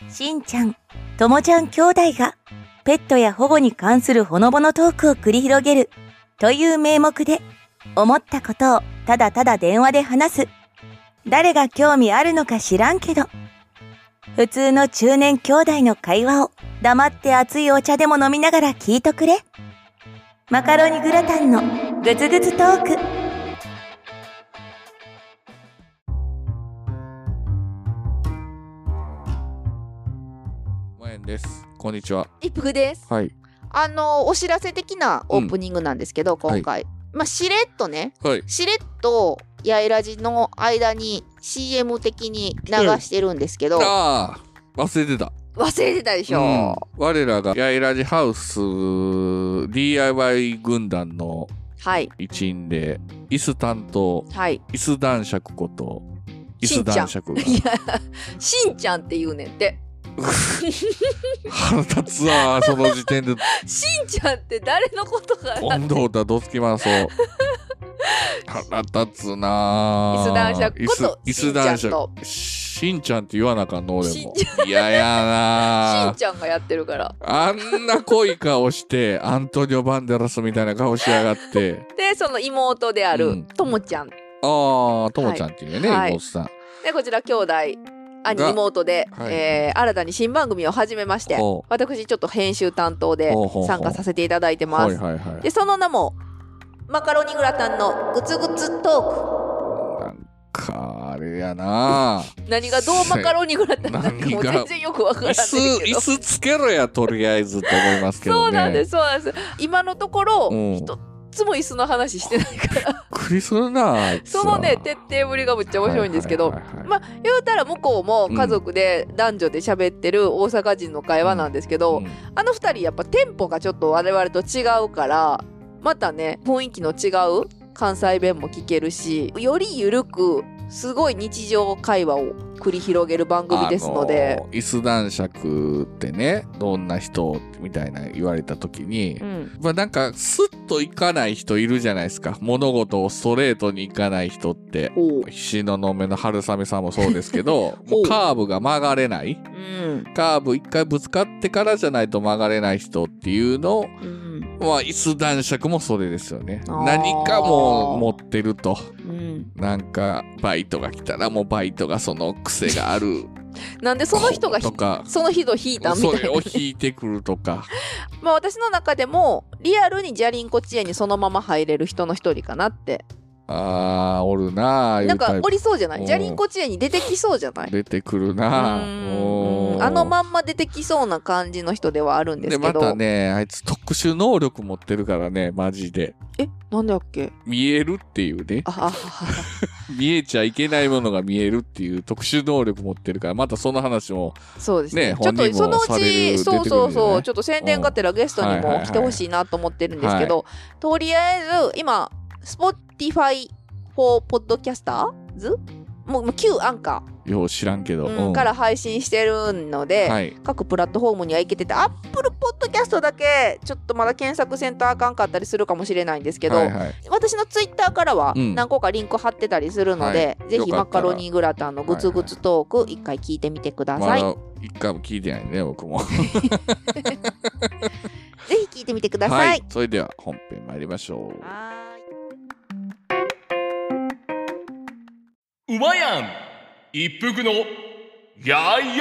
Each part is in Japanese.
しんちゃん、ともちゃん兄弟がペットや保護に関するほのぼのトークを繰り広げるという名目で、思ったことをただただ電話で話す。誰が興味あるのか知らんけど、普通の中年兄弟の会話を黙って熱いお茶でも飲みながら聞いとくれ。マカロニグラタンのグツグツトーク。 まえんです。こんにちは。 一服です。 はい。 お知らせ的なオープニングなんですけど、今回、しれっとね、しれっとやいらじの間に CM 的に流してるんですけど、 ああ、忘れてたでしょ、 我らがやいらじハウス DIY 軍団の一員で、椅子担当、椅子男爵こと椅子男爵が、 いやしんちゃんって言うねんって腹立つわ、その時点でしんちゃんって誰のことかなって。 今度だどつきまそう腹立つな。 椅子男爵ことしんちゃんとしんちゃんって言わなあかんの。俺も嫌やな。 しんちゃんがやってるから。 あんな濃い顔してアントニオ・バンデラスみたいな顔しやがってでその妹であるともちゃん、 ともちゃんっていうね、妹さんで、こちら兄弟兄妹で、新たに新番組を始めまして、私ちょっと編集担当で参加させていただいてます。でその名もマカロニグラタンのグツグツトーク。 なんかあれやな。 何がどうマカロニグラタンなのかも全然よくわからないけど、 椅子つけろやとりあえずと思いますけどね。 そうなんです今のところ、一つも椅子の話してないからクリスなそのね徹底ぶりがむっちゃ面白いんですけど、言うたら向こうも家族で男女で喋ってる大阪人の会話なんですけど、あの二人やっぱテンポがちょっと我々と違うから、またね雰囲気の違う関西弁も聞けるし、よりゆるくすごい日常会話を繰り広げる番組ですので、 椅子男爵ってねどんな人みたいな言われた時に、なんかスッといかない人いるじゃないですか。物事をストレートにいかない人って、東雲の春雨さんもそうですけどもうカーブが曲がれない、カーブ一回ぶつかってからじゃないと曲がれない人っていうのを、椅子男爵もそれですよね。何かもう持ってると、なんかバイトが来たらもうバイトがその癖があるなんでその人がその人引いたみたいな、 それを引いてくるとか私の中でもリアルにじゃりんこ知恵にそのまま入れる人の一人かなって。 おるな。 なんかおりそうじゃない？じゃりんこ知恵に出てきそうじゃない？ 出てくるな。 あのまんま出てきそうな感じの人ではあるんですけど。 でまたね、あいつ特殊能力持ってるからね、マジで。 なんだっけ？ 見えるっていうね。見えちゃいけないものが見えるっていう特殊能力持ってるから、またその話もそうですね。 ちょっとそのうちそうちょっと宣伝がてらゲストにも来てほしいなと思ってるんですけど、とりあえず今Spotify for Podcasters もう旧アンカーよう知らんけど、 から配信してるので、各プラットフォームには行けてて、Apple Podcast だけちょっとまだ検索センターあかんかったりするかもしれないんですけど、私のツイッターからは何個かリンク貼ってたりするので、ぜひマカロニグラタンのグツグツトーク一回聞いてみてください。 一回も聞いてないね、僕もぜひ聞いてみてください。 それでは本編参りましょう。 うまやん一服のやいやいレディ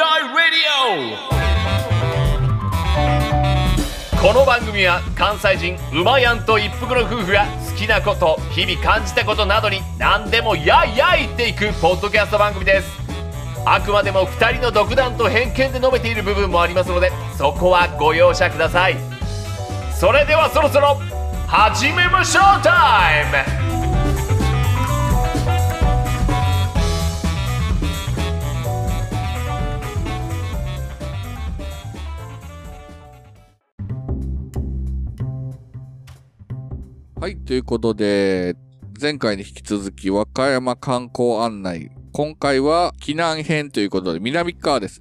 オ。この番組は関西人うまやんと一服の夫婦が好きなこと日々感じたことなどに何でもやいやい言っていくポッドキャスト番組です。あくまでも2人の独断と偏見で述べている部分もありますので、そこはご容赦ください。それではそろそろ始めましょうタイム。 はい、ということで前回に引き続き和歌山観光案内、今回は避難編ということで南側です。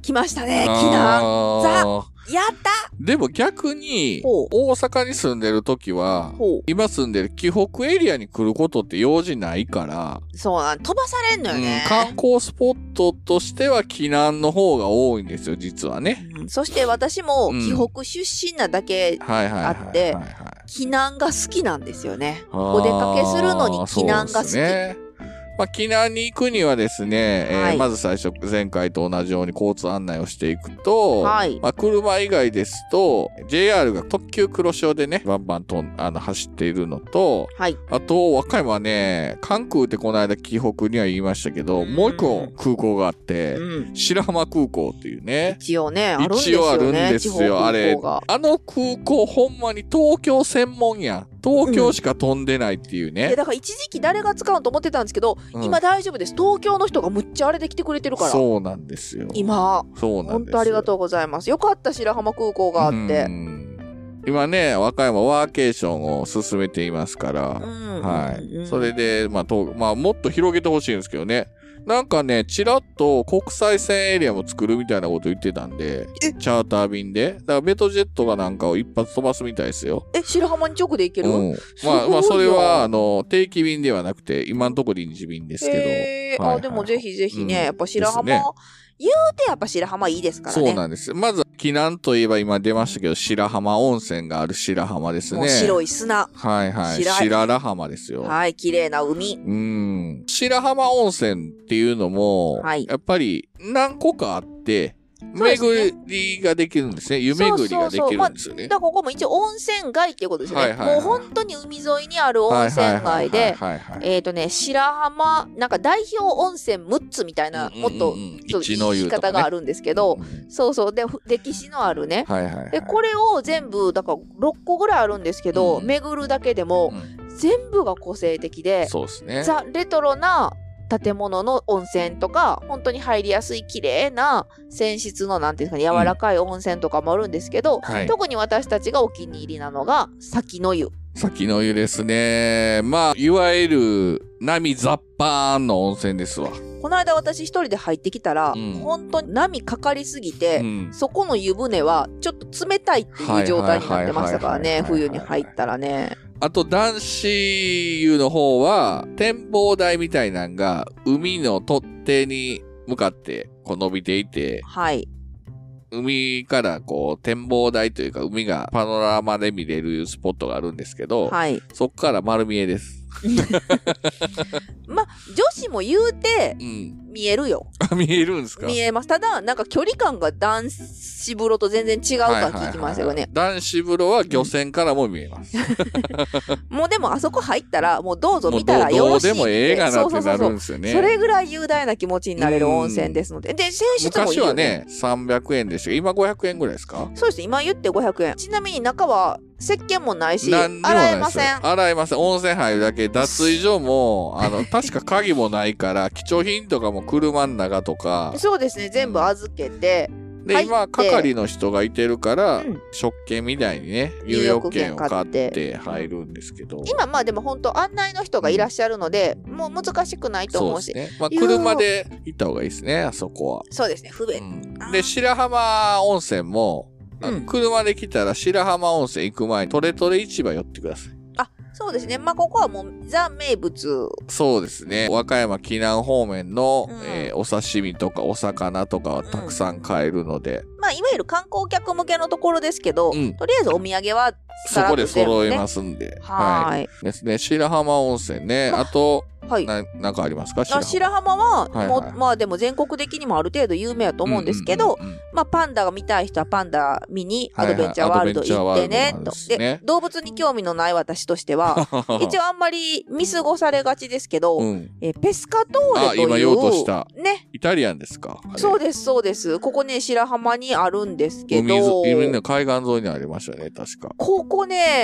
来ましたね、避難。やったでも逆に、大阪に住んでるときは、今住んでる紀北エリアに来ることって用事ないから、 そうなん、飛ばされんのよね。 観光スポットとしては紀南の方が多いんですよ、実はね。 そして私も紀北出身なだけあって、紀南が好きなんですよね。お出かけするのに紀南が好き。 紀南に行くにはですね、まず最初、前回と同じように交通案内をしていくと、車以外ですと、JR が特急黒潮でね、バンバンと走っているのと、あと、和歌山はね、関空ってこの間紀北には言いましたけど、もう一個空港があって、白浜空港っていうね。 一応ね、あるんですよね。 一応あるんですよ、あれ。あの空港ほんまに東京専門やん。東京しか飛んでないっていうね。 だから一時期誰が使うと思ってたんですけど、今大丈夫です。東京の人がむっちゃあれで来てくれてるから。 そうなんですよ。 今。 そうなんですよ。 本当ありがとうございます。よかった、白浜空港があって。 今ね、和歌山ワーケーションを進めていますから、はい。それで、もっと広げてほしいんですけどね。なんかね、ちらっと国際線エリアも作るみたいなこと言ってたんで、チャーター便で。だからベトジェットがなんかを一発飛ばすみたいですよ。 白浜に直で行ける？ それは、定期便ではなくて、今のところ臨時便ですけど。 でもぜひぜひね、やっぱ白浜、言うてやっぱ白浜いいですからね。 そうなんです。まず、紀南といえば今出ましたけど、白浜温泉がある白浜ですね。もう白い砂。 はいはい。白良浜ですよ。 はい、綺麗な海。 白浜温泉っていうのも、やっぱり何個かあって、巡りができるんですね。湯巡りができるんですよね。 だからここも一応温泉街っていうことですね。もう本当に海沿いにある温泉街で、白浜、なんか代表温泉6つみたいな、もっと言い方があるんですけど、で、歴史のあるね。で、これを全部、だから6個ぐらいあるんですけど、巡るだけでも、全部が個性的で、ザ・レトロな、建物の温泉とか、本当に入りやすい綺麗な泉質のなんていうんですかね、柔らかい温泉とかもあるんですけど、特に私たちがお気に入りなのが先の湯。 先の湯ですね。いわゆる波ザッパーンの温泉ですわ。 この間私一人で入ってきたら、本当に波かかりすぎて、そこの湯船はちょっと冷たいっていう状態になってましたからね、冬に入ったらね。 あと男子湯の方は展望台みたいなのが海の取っ手に向かってこう伸びていて、海からこう展望台というか海がパノラマで見れるスポットがあるんですけど、そこから丸見えです。 女子も言うて、見えるよ。 見えるんですか？ 見えます。ただ、なんか距離感が男子風呂と全然違うか聞きましたよね。 男子風呂は漁船からも見えます。 もうでもあそこ入ったら、もうどうぞ見たらよろしいって。 どうでもええがなってなるんですよね。 それぐらい雄大な気持ちになれる温泉ですので。で、選手ともいいよね。 昔はね、300円でしたけど、今500円ぐらいですか？ そうですね。今言って500円。ちなみに中は、石鹸もないし、洗えません。 洗えません。温泉入るだけ。脱衣所も、確か鍵もないから、貴重品とかも車の中とか。 そうですね。全部預けて。 で、今、係の人がいてるから、食券みたいにね、入浴券を買って入るんですけど。 今、でも本当案内の人がいらっしゃるので、もう難しくないと思うし。 そうですね。車で行った方がいいですね、あそこは。 そうですね。不便。 で、白浜温泉も、車で来たら白浜温泉行く前にトレトレ市場寄ってください。 そうですね。ここはもうザ名物。 そうですね。和歌山紀南方面の、お刺身とかお魚とかはたくさん買えるので。 いわゆる観光客向けのところですけど、とりあえずお土産はそこで揃えますんで。ですね。白浜温泉ね。あと、なんかありますか？ 白浜は、でも全国的にもある程度有名やと思うんですけど、パンダが見たい人はパンダ見にアドベンチャーワールド行ってね、と。で、動物に興味のない私としては、一応あんまり見過ごされがちですけど、ペスカトーレという。 今言おうとした。ね。イタリアンですか？ そうです、そうです。ここね、白浜にあるんですけど。 海岸沿いにありましたね、確か。 ここね、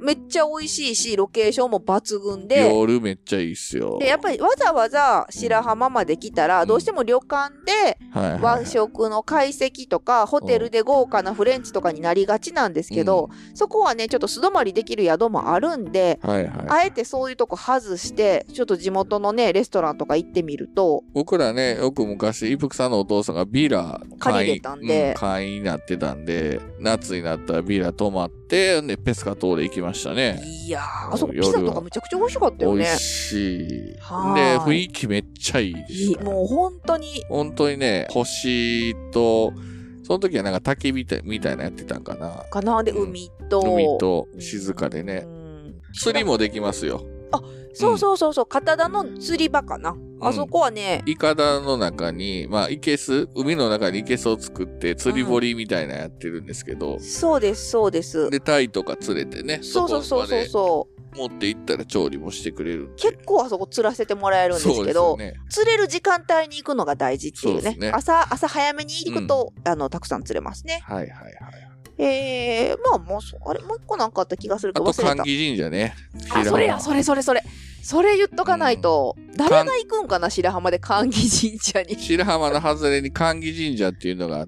めっちゃ美味しいし、ロケーションも抜群で。 夜めっちゃいいっすよ。 で、やっぱりわざわざ白浜まで来たら、どうしても旅館で和食の懐石とか、ホテルで豪華なフレンチとかになりがちなんですけど、そこはね、ちょっと素泊まりできる宿もあるんで、あえてそういうとこ外して、ちょっと地元のね、レストランとか行ってみると。 僕らね、よく昔、一服さんのお父さんがビラ借りれたんで、 会員になってたんで、夏になったらビラ泊まって、で、ペスカトーレ行きましたね。 いやー、あそこピザとかめちゃくちゃ美味しかったよね。 美味しい。で、雰囲気めっちゃいいです。 もう本当に。 本当にね、星と、その時はなんか焚き火みたいなやってたんかな。 で、海と静かでね。釣りもできますよ。 あ、そう、片田の釣り場かな。あそこはね、 イカダの中に、まあ、海の中にイケスを作って、釣り堀みたいなやってるんですけど。 そうです。 で、タイとか釣れてね。 そう。 持って行ったら調理もしてくれる。 結構あそこ釣らせてもらえるんですけど、釣れる時間帯に行くのが大事っていうね。朝早めに行くと、たくさん釣れますね。 はい。 まあ、もう一個なんかあった気がするけど忘れた。 あと、神木神社ね。 それ言っとかないと、誰が行くんかな、白浜で神木神社に。 白浜の外れに神木神社っていうのがあって、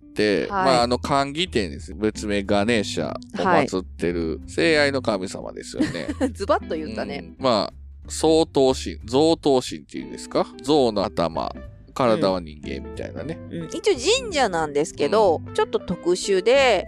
まあ、神木店です。別名ガネーシャを祀ってる、聖愛の神様ですよね。 ズバッと言ったね。 まあ、象頭神っていうんですか？象の頭。体は人間みたいなね。 一応神社なんですけど、ちょっと特殊で、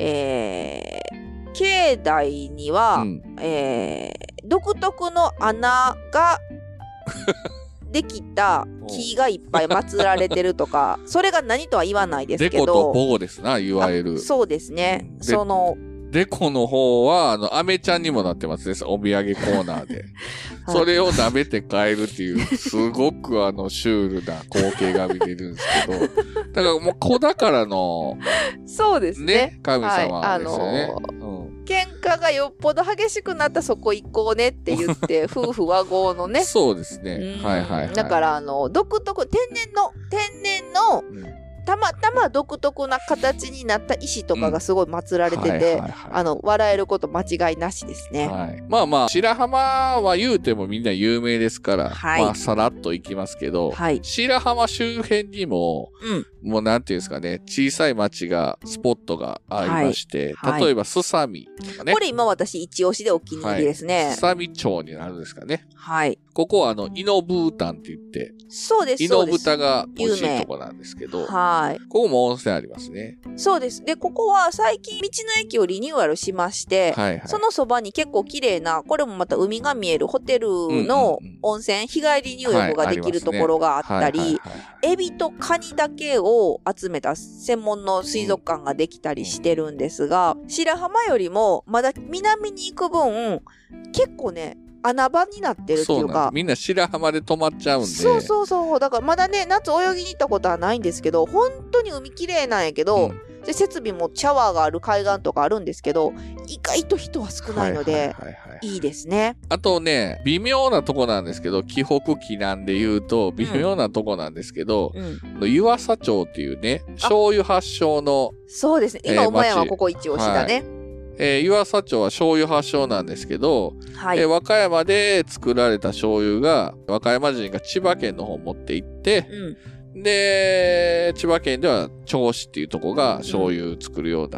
境内には、独特の穴ができた木がいっぱい祀られてるとか、それが何とは言わないですけど。 デコとボゴですな、いわゆる。 そうですね。 デコの方は、アメちゃんにもなってますね、お土産コーナーで。それを舐めて帰るっていう、すごくシュールな光景が見れるんですけど。だからもう子宝の、 そうですね。 神様ですよね。 喧嘩がよっぽど激しくなったらそこ行こうねって言って、夫婦和合のね。 そうですね。 だから独特、天然の、たまたま独特な形になった石とかがすごい祀られてて、笑えること間違いなしですね。 まあまあ、白浜は言うてもみんな有名ですから、まあ、さらっと行きますけど、白浜周辺にも、もうなんていうんですかね、小さい町スポットがありまして、例えば、すさみとかね。 これ今私一押しでお気に入りですね。 すさみ町になるんですかね。ここはイノブータンって言って、 そうです。 イノブタが美味しいとこなんですけど、ここも温泉ありますね。 そうです。で、ここは最近道の駅をリニューアルしまして、そのそばに結構綺麗な、これもまた海が見えるホテルの温泉、日帰り入浴ができるところがあったり、エビとカニだけを集めた専門の水族館ができたりしてるんですが、白浜よりもまだ南に行く分、結構ね、穴場になってるっていうか。 みんな白浜で泊まっちゃうんで。 そう。だからまだね、夏泳ぎに行ったことはないんですけど、本当に海綺麗なんやけど、で設備もシャワーがある海岸とかあるんですけど、意外と人は少ないので、いいですね。 あとね、微妙なとこなんですけど、紀北紀南で言うと、微妙なとこなんですけど、湯浅町っていうね、醤油発祥の。 そうですね。今、馬山ここ一押しだね。 湯浅町は醤油発祥なんですけど、和歌山で作られた醤油が、和歌山人が千葉県の方持って行って、で、千葉県では銚子っていうとこが醤油作るようになって、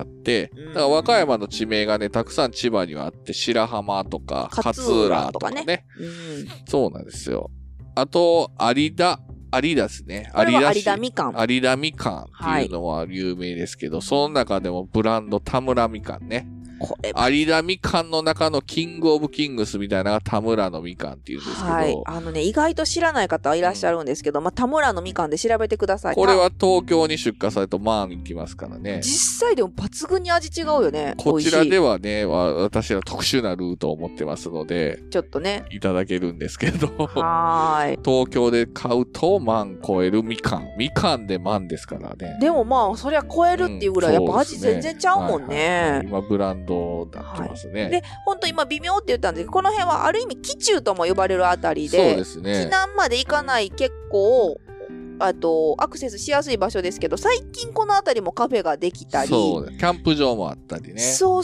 だから和歌山の地名がね、たくさん千葉にはあって、白浜とか、勝浦とかね。そうなんですよ。あと、有田ですね。 有田みかん。 有田みかんっていうのは有名ですけど、その中でもブランド田村みかんね。有田みかんの中のキングオブキングスみたいなのが田村のみかんっていうんですけど。 意外と知らない方いらっしゃるんですけど、田村のみかんで調べてください。 これは東京に出荷されると行きますからね。 実際でも抜群に味違うよね。 こちらではね、私は特殊なルートを持ってますので、 ちょっとね、 いただけるんですけど、東京で買うと超えるみかん。みかんでですからね。 でもそりゃ超えるっていうぐらい、やっぱ味全然ちゃうもんね。 今ブランドになってますね。 で、本当今微妙って言ったんですけど、この辺はある意味、紀中とも呼ばれるあたりで、 そうですね。 紀南まで行かない結構、 アクセスしやすい場所ですけど、最近この辺りもカフェができたり。 そうだ。キャンプ場もあったりね。 そう。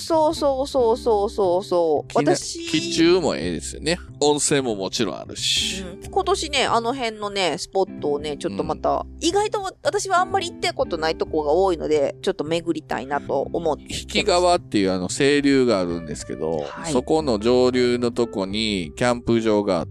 気中もええですよね。温泉ももちろんあるし。 今年ね、あの辺のね、スポットをね、ちょっとまた、意外と私はあんまり行ったことないとこが多いので、ちょっと巡りたいなと思ってます。 引き川っていう清流があるんですけど、そこの上流のとこにキャンプ場があって、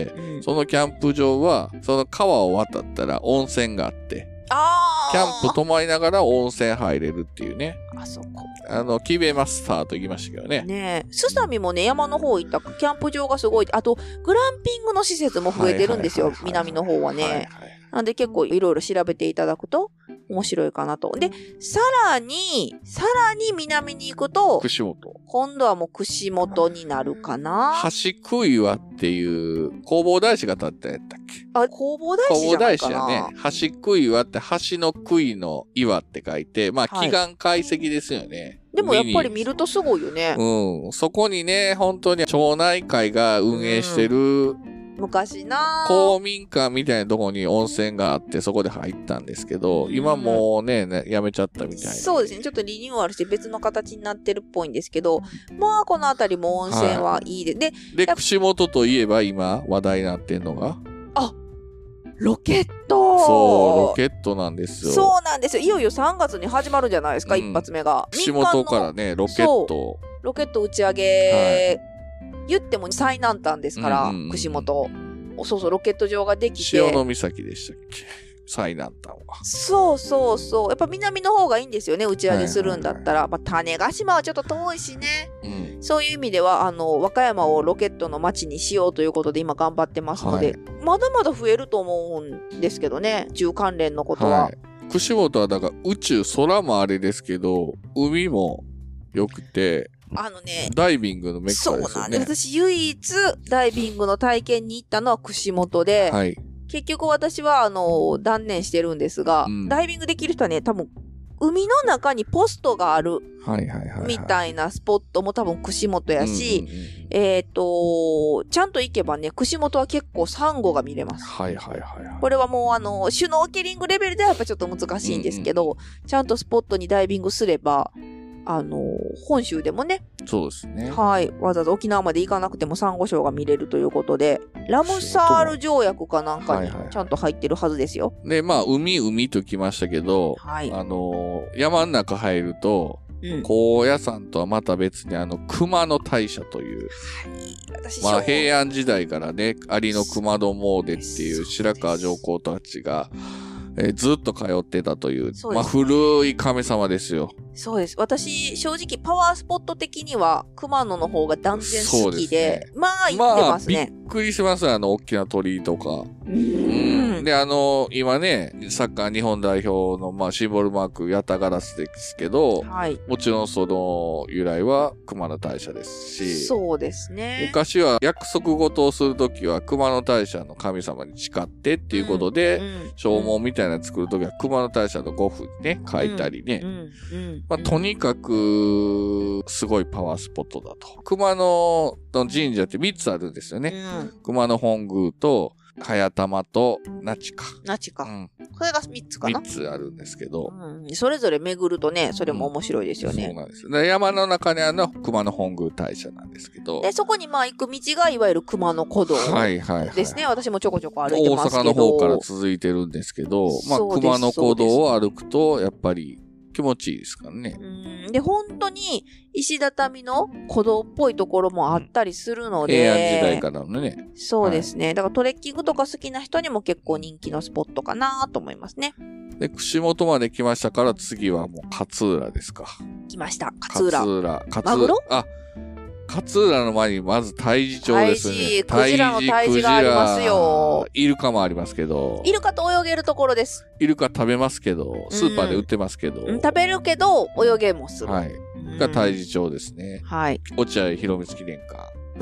そのキャンプ場は、その川を渡ったら温泉があって、キャンプ泊まりながら温泉入れるっていうね。 あそこ。 キベマスターと行きましたけどね。 ねえ。スサミもね、山の方行ったキャンプ場がすごい。あと、グランピングの施設も増えてるんですよ。南の方はね。なんで結構いろいろ調べていただくと面白いかなと。で、さらに南に行くと、 串本。 今度はもう串本になるかな。 橋杭岩っていう弘法大師が建ったやったっけ？ 弘法大師じゃないかな。 弘法大師やね。橋杭岩って橋の杭の岩って書いて、まあ、祈願解析ですよね。 でもやっぱり見るとすごいよね。 そこにね、本当に町内会が運営してる、 昔な公民館みたいなとこに温泉があって、そこで入ったんですけど、今もうね、やめちゃったみたいな。 そうですね。ちょっとリニューアルして別の形になってるっぽいんですけど、まあ、この辺りも温泉はいいで。 で、串本といえば今話題になってんのが、 ロケット。 そう、ロケットなんですよ。 そうなんですよ。いよいよ3月に始まるじゃないですか、一発目が。 串本からね、ロケット。 ロケット打ち上げ、言っても最南端ですから、串本。そう、ロケット場ができて。 潮岬でしたっけ？最南端は。 そう。やっぱ南の方がいいんですよね、打ち上げするんだったら。まあ、種子島はちょっと遠いしね。そういう意味では、和歌山をロケットの街にしようということで今頑張ってますので、まだまだ増えると思うんですけどね、宇宙関連のことは。 串本はだから宇宙、空もあれですけど、海も良くて、ダイビングのメッカですよね。 そうなんです。私唯一ダイビングの体験に行ったのは串本で、結局私は断念してるんですが、ダイビングできる人はね、多分海の中にポストがあるみたいなスポットも多分串本やし、ちゃんと行けばね、串本は結構サンゴが見れます。これはもうシュノーケリングレベルではやっぱちょっと難しいんですけど、ちゃんとスポットにダイビングすれば、本州でもね。 そうですね。 わざわざ沖縄まで行かなくてもサンゴ礁が見れるということで、ラムサール条約かなんかにちゃんと入ってるはずですよ。 で、まあ、海ときましたけど、山の中入ると、高野山とはまた別に熊野大社という、まあ平安時代からね、有野熊野詣っていう白川上皇たちが、ずっと通ってたという、まあ古い神様ですよ。 そうです。私、正直パワースポット的には熊野の方が断然好きで、まあ行ってますね。 びっくりします、大きな鳥居とか。で、今ね、サッカー日本代表の、まあ、シンボルマーク、ヤタガラスですけど、もちろんその由来は熊野大社ですし、 そうですね。 昔は約束事をするときは熊野大社の神様に誓ってっていうことで、弔問みたいなの作るときは熊野大社の5分ね、書いたりね。まあ、とにかく、すごいパワースポットだと。熊野の神社って3つあるんですよね。熊野本宮と、早玉と那智か。これが3つかな？ 3 つあるんですけど、 それぞれ巡るとね、それも面白いですよね。 そうなんです。で、山の中にあるのは熊野本宮大社なんですけど。 で、そこにまあ行く道がいわゆる熊野古道ですね。私もちょこちょこ歩いてますけど。 大阪の方から続いてるんですけど、まあ熊野古道を歩くと、やっぱり気持ちいいですからね。 で、本当に石畳の古道っぽいところもあったりするので。 平安時代からのね。 そうですね。だからトレッキングとか好きな人にも結構人気のスポットかなと思いますね。 で、串本まで来ましたから次はもう勝浦ですか。 来ました。勝浦。 マグロ？勝浦の前にまず太地町ですね。 クジラの退治がありますよ。 イルカもありますけど。 イルカと泳げるところです。 イルカ食べますけど、スーパーで売ってますけど。 食べるけど、泳げもする。 が太地町ですね。落合博満記念館。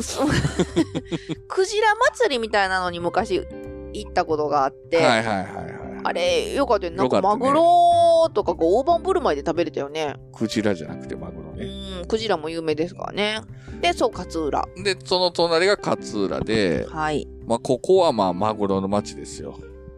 クジラ祭りみたいなのに昔行ったことがあって。あれ、よかったよね。なんかマグロとか大盤振る舞いで食べれたよね。 クジラじゃなくてマグロね。 クジラも有名ですからね。で、そう、勝浦。 で、その隣が勝浦で、まあ、ここはまあ、マグロの町ですよ。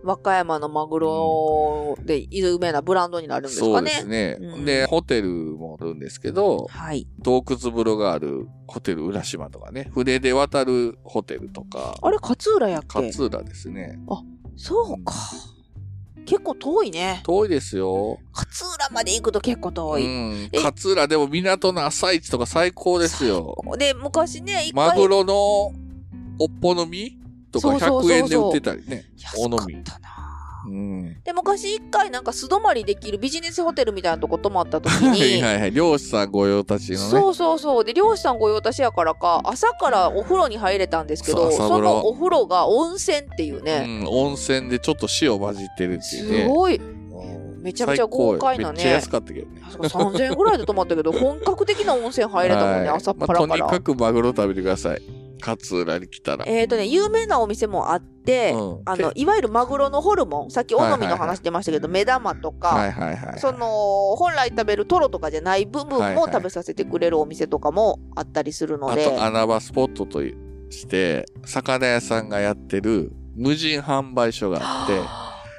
和歌山のマグロで有名なブランドになるんですかね。 そうですね。で、ホテルもあるんですけど、 はい。 洞窟風呂があるホテル浦島とかね、船で渡るホテルとか。 あれ、勝浦やっけ？ 勝浦ですね。 あ、そうか。結構遠いね。 遠いですよ。 勝浦まで行くと結構遠い。 勝浦でも港の朝市とか最高ですよ。 で、昔ね、 マグロのおっぽの実とか100円で売ってたりね。おのみ。 で、昔一回なんか素泊まりできるビジネスホテルみたいなとこ泊まった時に。 はいはいはい。漁師さん御用達のね。 そうそうそう。で、漁師さん御用達やからか、朝からお風呂に入れたんですけど、そのお風呂が温泉っていうね。 温泉でちょっと塩混じってるっていうね。 すごい。めちゃめちゃ豪快なね。 めっちゃ安かったけどね。 3000円ぐらいで泊まったけど、本格的な温泉入れたもんね、朝っぱらから。 とにかくマグロ食べてください。勝浦に来たら。 有名なお店もあって、いわゆるマグロのホルモン、さっきおのみの話出ましたけど、目玉とか、その、本来食べるトロとかじゃない部分も食べさせてくれるお店とかもあったりするので。 あと、穴場スポットとして、魚屋さんがやってる無人販売所があって、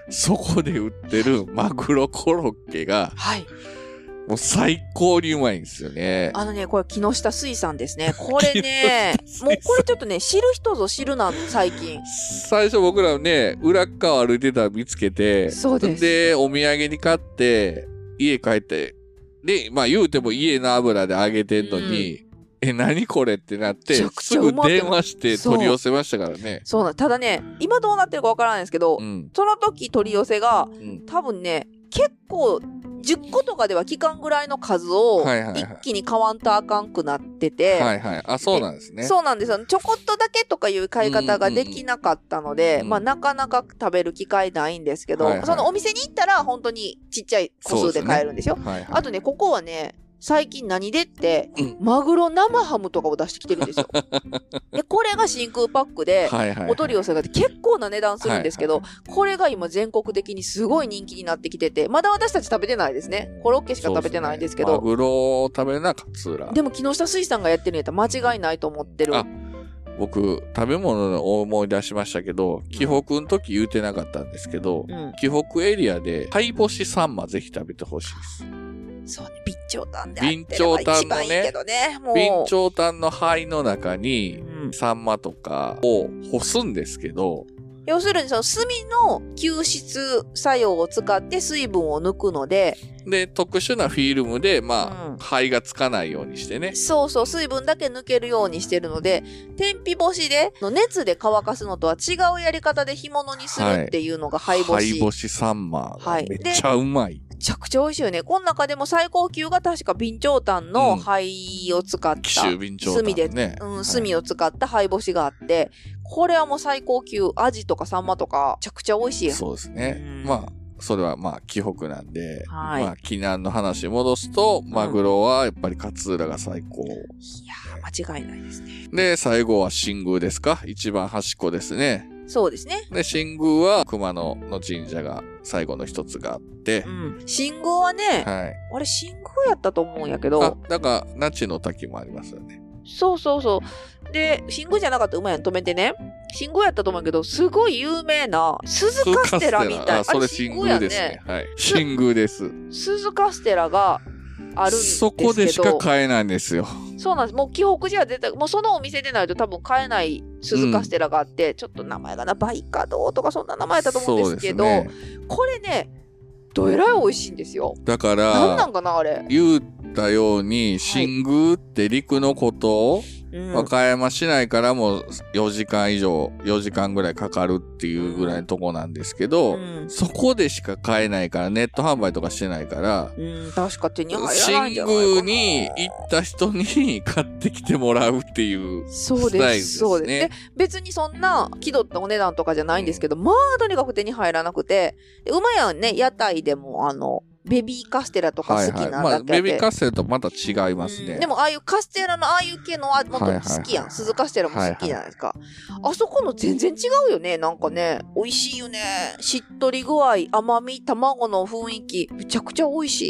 そこで売ってるマグロコロッケが、もう最高にうまいんですよね。 これ木下水産ですね。これね、もうこれちょっとね、知る人ぞ知るな、最近。 最初僕らね、裏っ側歩いてたら見つけて、 そうです。 で、お土産に買って、家帰って、で、まあ言うても家の油で揚げてんのに、何これってなって、すぐ電話して取り寄せましたからね。 そうなん。ただね、今どうなってるかわからないんですけど、その時取り寄せが、多分ね、結構、10個とかでは期間ぐらいの数を一気に買わんとあかんくなってて。 あ、そうなんですね。 そうなんですよ。ちょこっとだけとかいう買い方ができなかったので、まあなかなか食べる機会ないんですけど、そのお店に行ったら本当にちっちゃい個数で買えるんですよ。あとね、ここはね、最近何でって、マグロ生ハムとかを出してきてるんですよ。で、これが真空パックで、お取り寄せが結構な値段するんですけど、これが今全国的にすごい人気になってきてて、まだ私たち食べてないですね。コロッケしか食べてないんですけど。 マグロを食べるのは勝浦。 でも木下水産がやってるんやったら間違いないと思ってる。 僕、食べ物の思い出しましたけど、紀北の時言うてなかったんですけど、紀北エリアで、貝干しサンマぜひ食べてほしいです。 そうね、備長炭であってれば一番いいけどね。 備長炭の灰の中に、サンマとかを干すんですけど、 要するにその炭の吸湿作用を使って水分を抜くので、 で、特殊なフィルムで、灰がつかないようにしてね。 そうそう、水分だけ抜けるようにしてるので、天日干しで、熱で乾かすのとは違うやり方で干物にするっていうのが灰干し。 灰干しサンマがめっちゃうまい。 めちゃくちゃ美味しいよね。この中でも最高級が確か備長炭の灰を使った、 紀州備長炭ね。 炭を使った灰干しがあって、これはもう最高級、アジとかサンマとか、めちゃくちゃ美味しい。 そうですね。それは紀北なんで、紀南の話に戻すと、マグロはやっぱり勝浦が最高。いやー、間違いないですね。 で、最後は新宮ですか？一番端っこですね。 そうですね。 で、新宮は熊野の神社が最後の一つがあって。 新宮はね、あれ新宮やったと思うんやけど。 なんか、那智の滝もありますよね。 そうそうそう。で、新宮じゃなかったら馬やん止めてね。新宮やったと思うけど、すごい有名な鈴カステラみたいな。 それ新宮ですね。新宮です。 鈴カステラがあるんですけど。 そこでしか買えないんですよ。 そうなんです。もう紀北じゃ絶対、もうそのお店でないと多分買えない鈴カステラがあって、ちょっと名前がバイカドーとかそんな名前だと思うんですけど、これね、どえらい美味しいんですよ。 だから、 なんなんかな、あれ。 言ったように、新宮って陸のことを、和歌山市内からも4時間以上、4時間ぐらいかかるっていうぐらいのとこなんですけど、そこでしか買えないから、ネット販売とかしてないから、 確か手に入らないんじゃないかな。 新宮に行った人に買ってきてもらうっていうスタイルですね。そうです。 で、別にそんな気取ったお値段とかじゃないんですけど、まあとにかく手に入らなくて、馬やんね、屋台でもベビーカステラとか好きなんだけど、 ベビーカステラとまた違いますね。 でもああいうカステラのああいう系のはもっと好きやん。鈴カステラも好きじゃないですか。あそこの全然違うよね。なんかね、美味しいよね。しっとり具合、甘み、卵の雰囲気、めちゃくちゃ美味しい。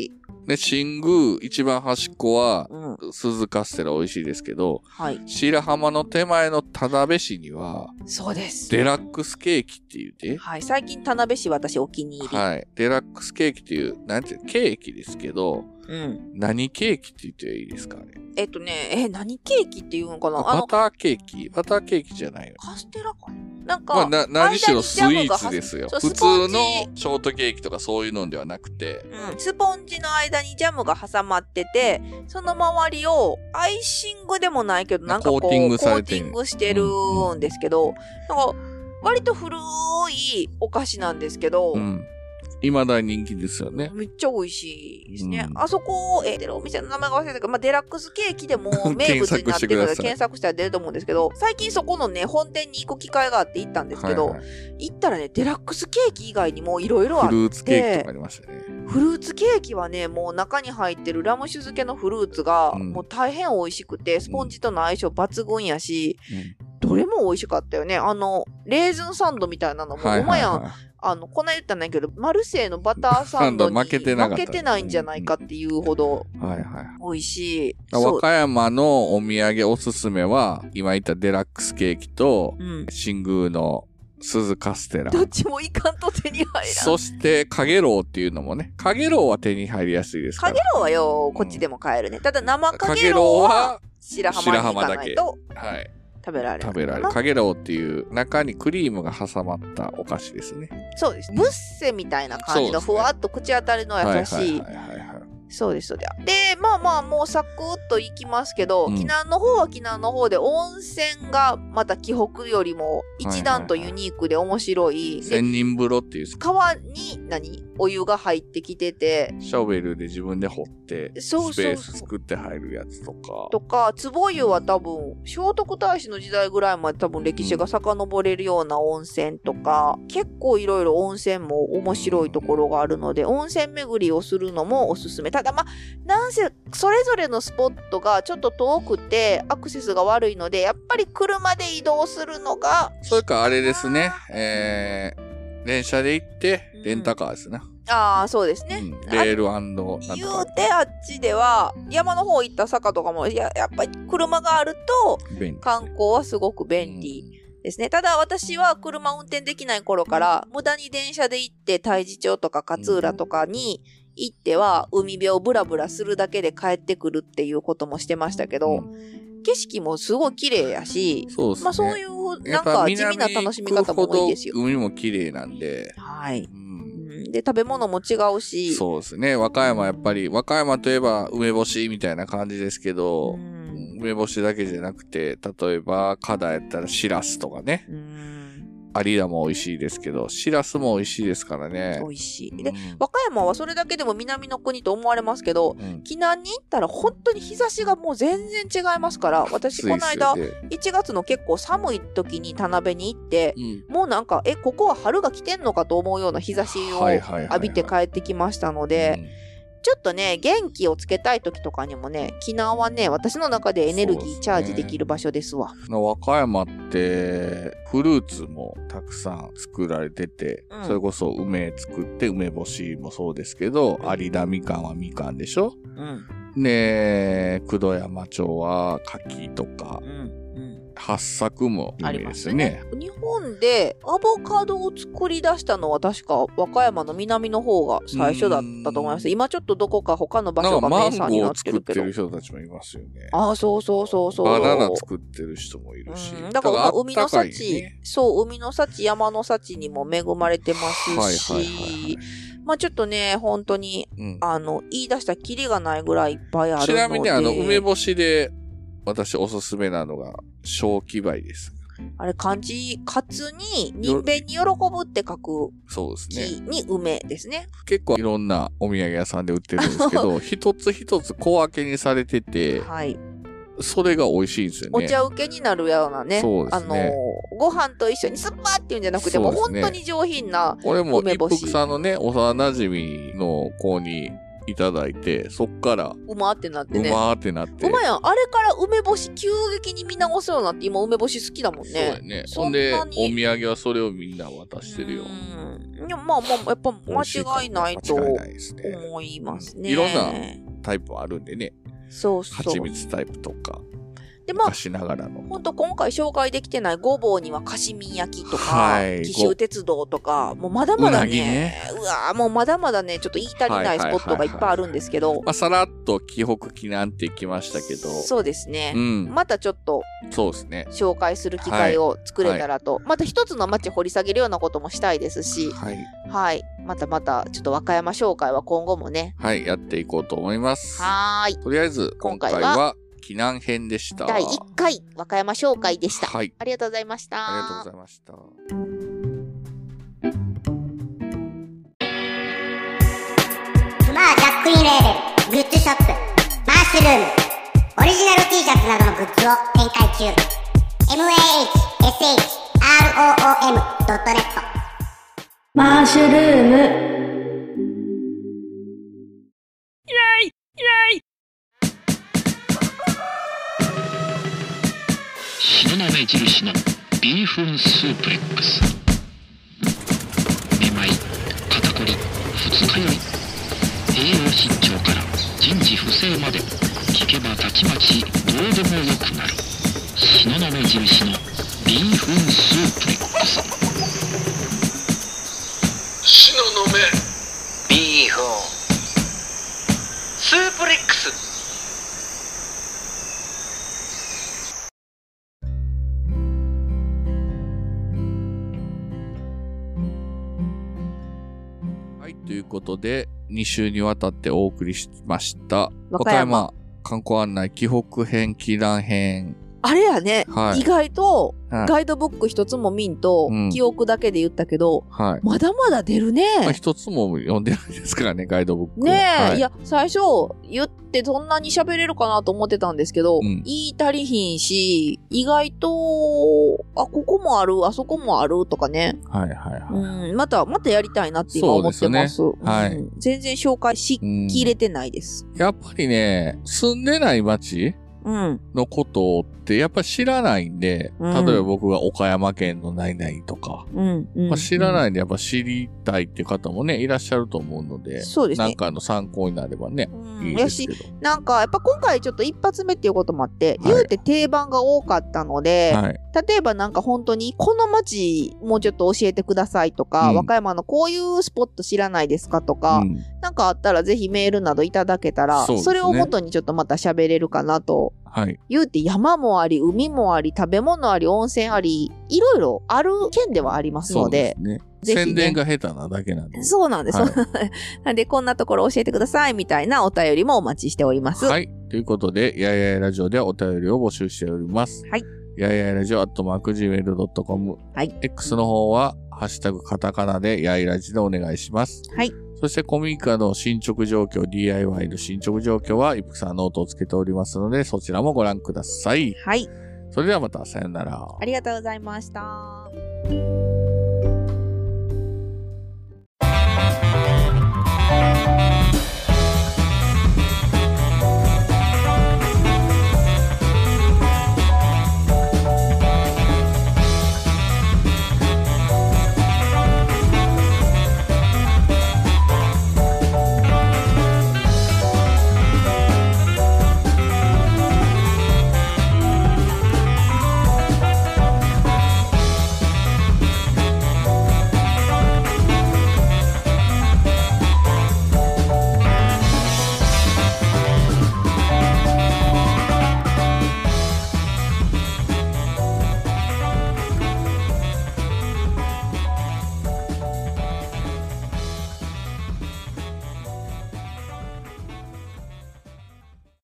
で、新宮、一番端っこは、鈴カステラ美味しいですけど、 はい。 白浜の手前の田辺市には、 そうです。 デラックスケーキって言うて。 はい。最近田辺市私お気に入り。 はい。デラックスケーキっていう、なんていうケーキですけど、何ケーキって言っていいですかね。 何ケーキっていうのかな。 バターケーキじゃないの。 カステラかな。なんか、 何しろスイーツですよ。普通のショートケーキとかそういうのではなくて。 スポンジの間にジャムが挟まってて、その周りをアイシングでもないけど、なんかこう、コーティングしてるんですけど、なんか、割と古いお菓子なんですけど、 未だに人気ですよね。 めっちゃ美味しいですね。あそこ、お店の名前が忘れたけど、デラックスケーキでも名物になってるので検索したら出ると思うんですけど、最近そこのね、本店に行く機会があって行ったんですけど、行ったらね、デラックスケーキ以外にもいろいろあって、 フルーツケーキとかありましたね。 フルーツケーキはね、もう中に入ってるラム酒漬けのフルーツが、もう大変美味しくて、スポンジとの相性抜群やし、どれも美味しかったよね。レーズンサンドみたいなのも、お前やん。こない言ったんないけど、マルセイのバターサンドに負けてないんじゃないかっていうほど、美味しい。 和歌山のお土産おすすめは、今言ったデラックスケーキと、新宮の鈴カステラ。 どっちもいかんと手に入らん。 そして、かげろうっていうのもね、かげろうは手に入りやすいですから。 かげろうはよ、こっちでも買えるね。ただ生かげろうは白浜に行かないと。はい。食べられる。 かげろうっていう中にクリームが挟まったお菓子ですね。 そうです。ブッセみたいな感じのふわっと口当たりの優しい。そうです、そうです。で、もうサクッといきますけど、紀南の方は紀南の方で温泉がまた紀北よりも一段とユニークで面白い。 千人風呂っていう。 川にお湯が入ってきてて。 シャベルで自分で掘って、スペース作って入るやつとか。 壺湯は多分、聖徳太子の時代ぐらいまで多分歴史が遡れるような温泉とか、結構いろいろ温泉も面白いところがあるので、温泉巡りをするのもおすすめ。ただなんせ、それぞれのスポットがちょっと遠くて、アクセスが悪いので、やっぱり車で移動するのが。 それかあれですね、電車で行って、レンタカーですね。 ああ、そうですね。 レール& 言うてあっちでは、山の方行った坂とかも、やっぱり車があると、観光はすごく便利ですね。ただ私は車運転できない頃から、無駄に電車で行って、太地町とか勝浦とかに行っては、海辺をブラブラするだけで帰ってくるっていうこともしてましたけど、景色もすごい綺麗やし、そういう、なんか地味な楽しみ方も多いですよ。 海も綺麗なんで。 はい。で、食べ物も違うし。 そうですね。和歌山やっぱり、和歌山といえば梅干しみたいな感じですけど、梅干しだけじゃなくて、例えば、加賀やったらしらすとかね。有田も美味しいですけど、しらすも美味しいですからね。 美味しい。で、和歌山はそれだけでも南の国と思われますけど、紀南に行ったら本当に日差しがもう全然違いますから、私この間、1月の結構寒い時に田辺に行って、もうなんか、ここは春が来てんのかと思うような日差しを浴びて帰ってきましたので、ちょっとね、元気をつけたい時とかにもね、紀南はね、私の中でエネルギーチャージできる場所ですわ。 和歌山って、フルーツもたくさん作られてて、それこそ梅作って梅干しもそうですけど、有田みかんはみかんでしょ。で、九度山町は柿とか、八作も有名ですよね。 日本でアボカドを作り出したのは確か和歌山の南の方が最初だったと思います。今ちょっとどこか他の場所が名産になってるけど。 マンゴーを作ってる人たちもいますよね。 ああ、そう。 バナナ作ってる人もいるし。 だから海の幸、海の幸、山の幸にも恵まれてますし、ちょっとね、本当に、言い出したらキリがないぐらいいっぱいあるので。 ちなみに梅干しで、私おすすめなのが、正気梅です。 あれ、漢字、かつに、人弁に喜ぶって書く。 そうですね。 に梅ですね。 結構いろんなお土産屋さんで売ってるんですけど、一つ一つ小分けにされてて、それが美味しいんですよね。 お茶受けになるようなね。 そうですね。 ご飯と一緒にスッパーっていうんじゃなくて、もう本当に上品な梅干し。 これも一服さんのね、幼馴染の子にいただいて、そっから、 うまーってなってね。 うまーってなって。 うまやん。あれから梅干し急激に見直すようになって、今梅干し好きだもんね。そうやね。ほんで、お土産はそれをみんな渡してるよ。 いや、まあまあ、やっぱ間違いないと思いますね。 いろんなタイプあるんでね。 そうそう。 蜂蜜タイプとか。 で、まあ、 昔ながらの。 ほんと今回紹介できてないごぼうにはカシミ焼きとか、紀州鉄道とか、もうまだまだね、うわもうまだまだね、ちょっと言い足りないスポットがいっぱいあるんですけど。 まあ、さらっと紀北紀南ってきましたけど。 そうですね。またちょっと、 そうですね。 紹介する機会を作れたらと。また一つの街掘り下げるようなこともしたいですし。はい。またちょっと和歌山紹介は今後もね。 はい、やっていこうと思います。 はい。 とりあえず、今回は、避難編でした。 第1回和歌山紹介でした。 はい。 ありがとうございました。 ありがとうございました。 クマージャックインレーベルグッズショップマッシュルームオリジナル T シャツなどのグッズを展開中。 mahshroom.net マッシュルーム。イエイイエイ。 東雲印のビーフンスープレックス。めまい、肩こり、二日酔い、栄養失調から人事不正まで聞けばたちまちどうでもよくなる東雲印のビーフンスープレックス。 東雲ビーフンスープレックス。 ということで、2週にわたってお送りしました。和歌山観光案内、紀北編、紀南編。 あれやね、意外と、ガイドブック一つも見んと、記憶だけで言ったけど、まだまだ出るね。 一つも読んでないですからね、ガイドブック。 ねえ、いや、最初、言ってそんなに喋れるかなと思ってたんですけど、言い足りひんし、意外と、ここもある、あそこもあるとかね。またやりたいなって今思ってます。全然紹介しきれてないです。 やっぱりね、住んでない街のことってやっぱ知らないんで、例えば僕が岡山県の何々とか、知らないんでやっぱ知りたいっていう方もね、いらっしゃると思うので、 そうですね。 なんか参考になればね、いいですけど。 なんかやっぱ今回ちょっと一発目っていうこともあって、言うて定番が多かったので、例えばなんか本当にこの街もうちょっと教えてくださいとか、和歌山のこういうスポット知らないですかとか、なんかあったらぜひメールなどいただけたら、それを元にちょっとまた喋れるかなと。言うて山もあり、海もあり、食べ物あり、温泉あり、いろいろある県ではありますので。 そうですね。宣伝が下手なだけなんで。 そうなんです。なんで、こんなところ教えてくださいみたいなお便りもお待ちしております。 はい。ということで、やいやいラジオではお便りを募集しております。 はい。 やいやいラジオ@gmail.com。はい。X の方は、ハッシュタグカタカナでやいラジでお願いします。 はい。 そしてコミカの進捗状況、DIY の進捗状況は、イプさんノートをつけておりますので、そちらもご覧ください。 はい。 それではまた、さよなら。 ありがとうございました。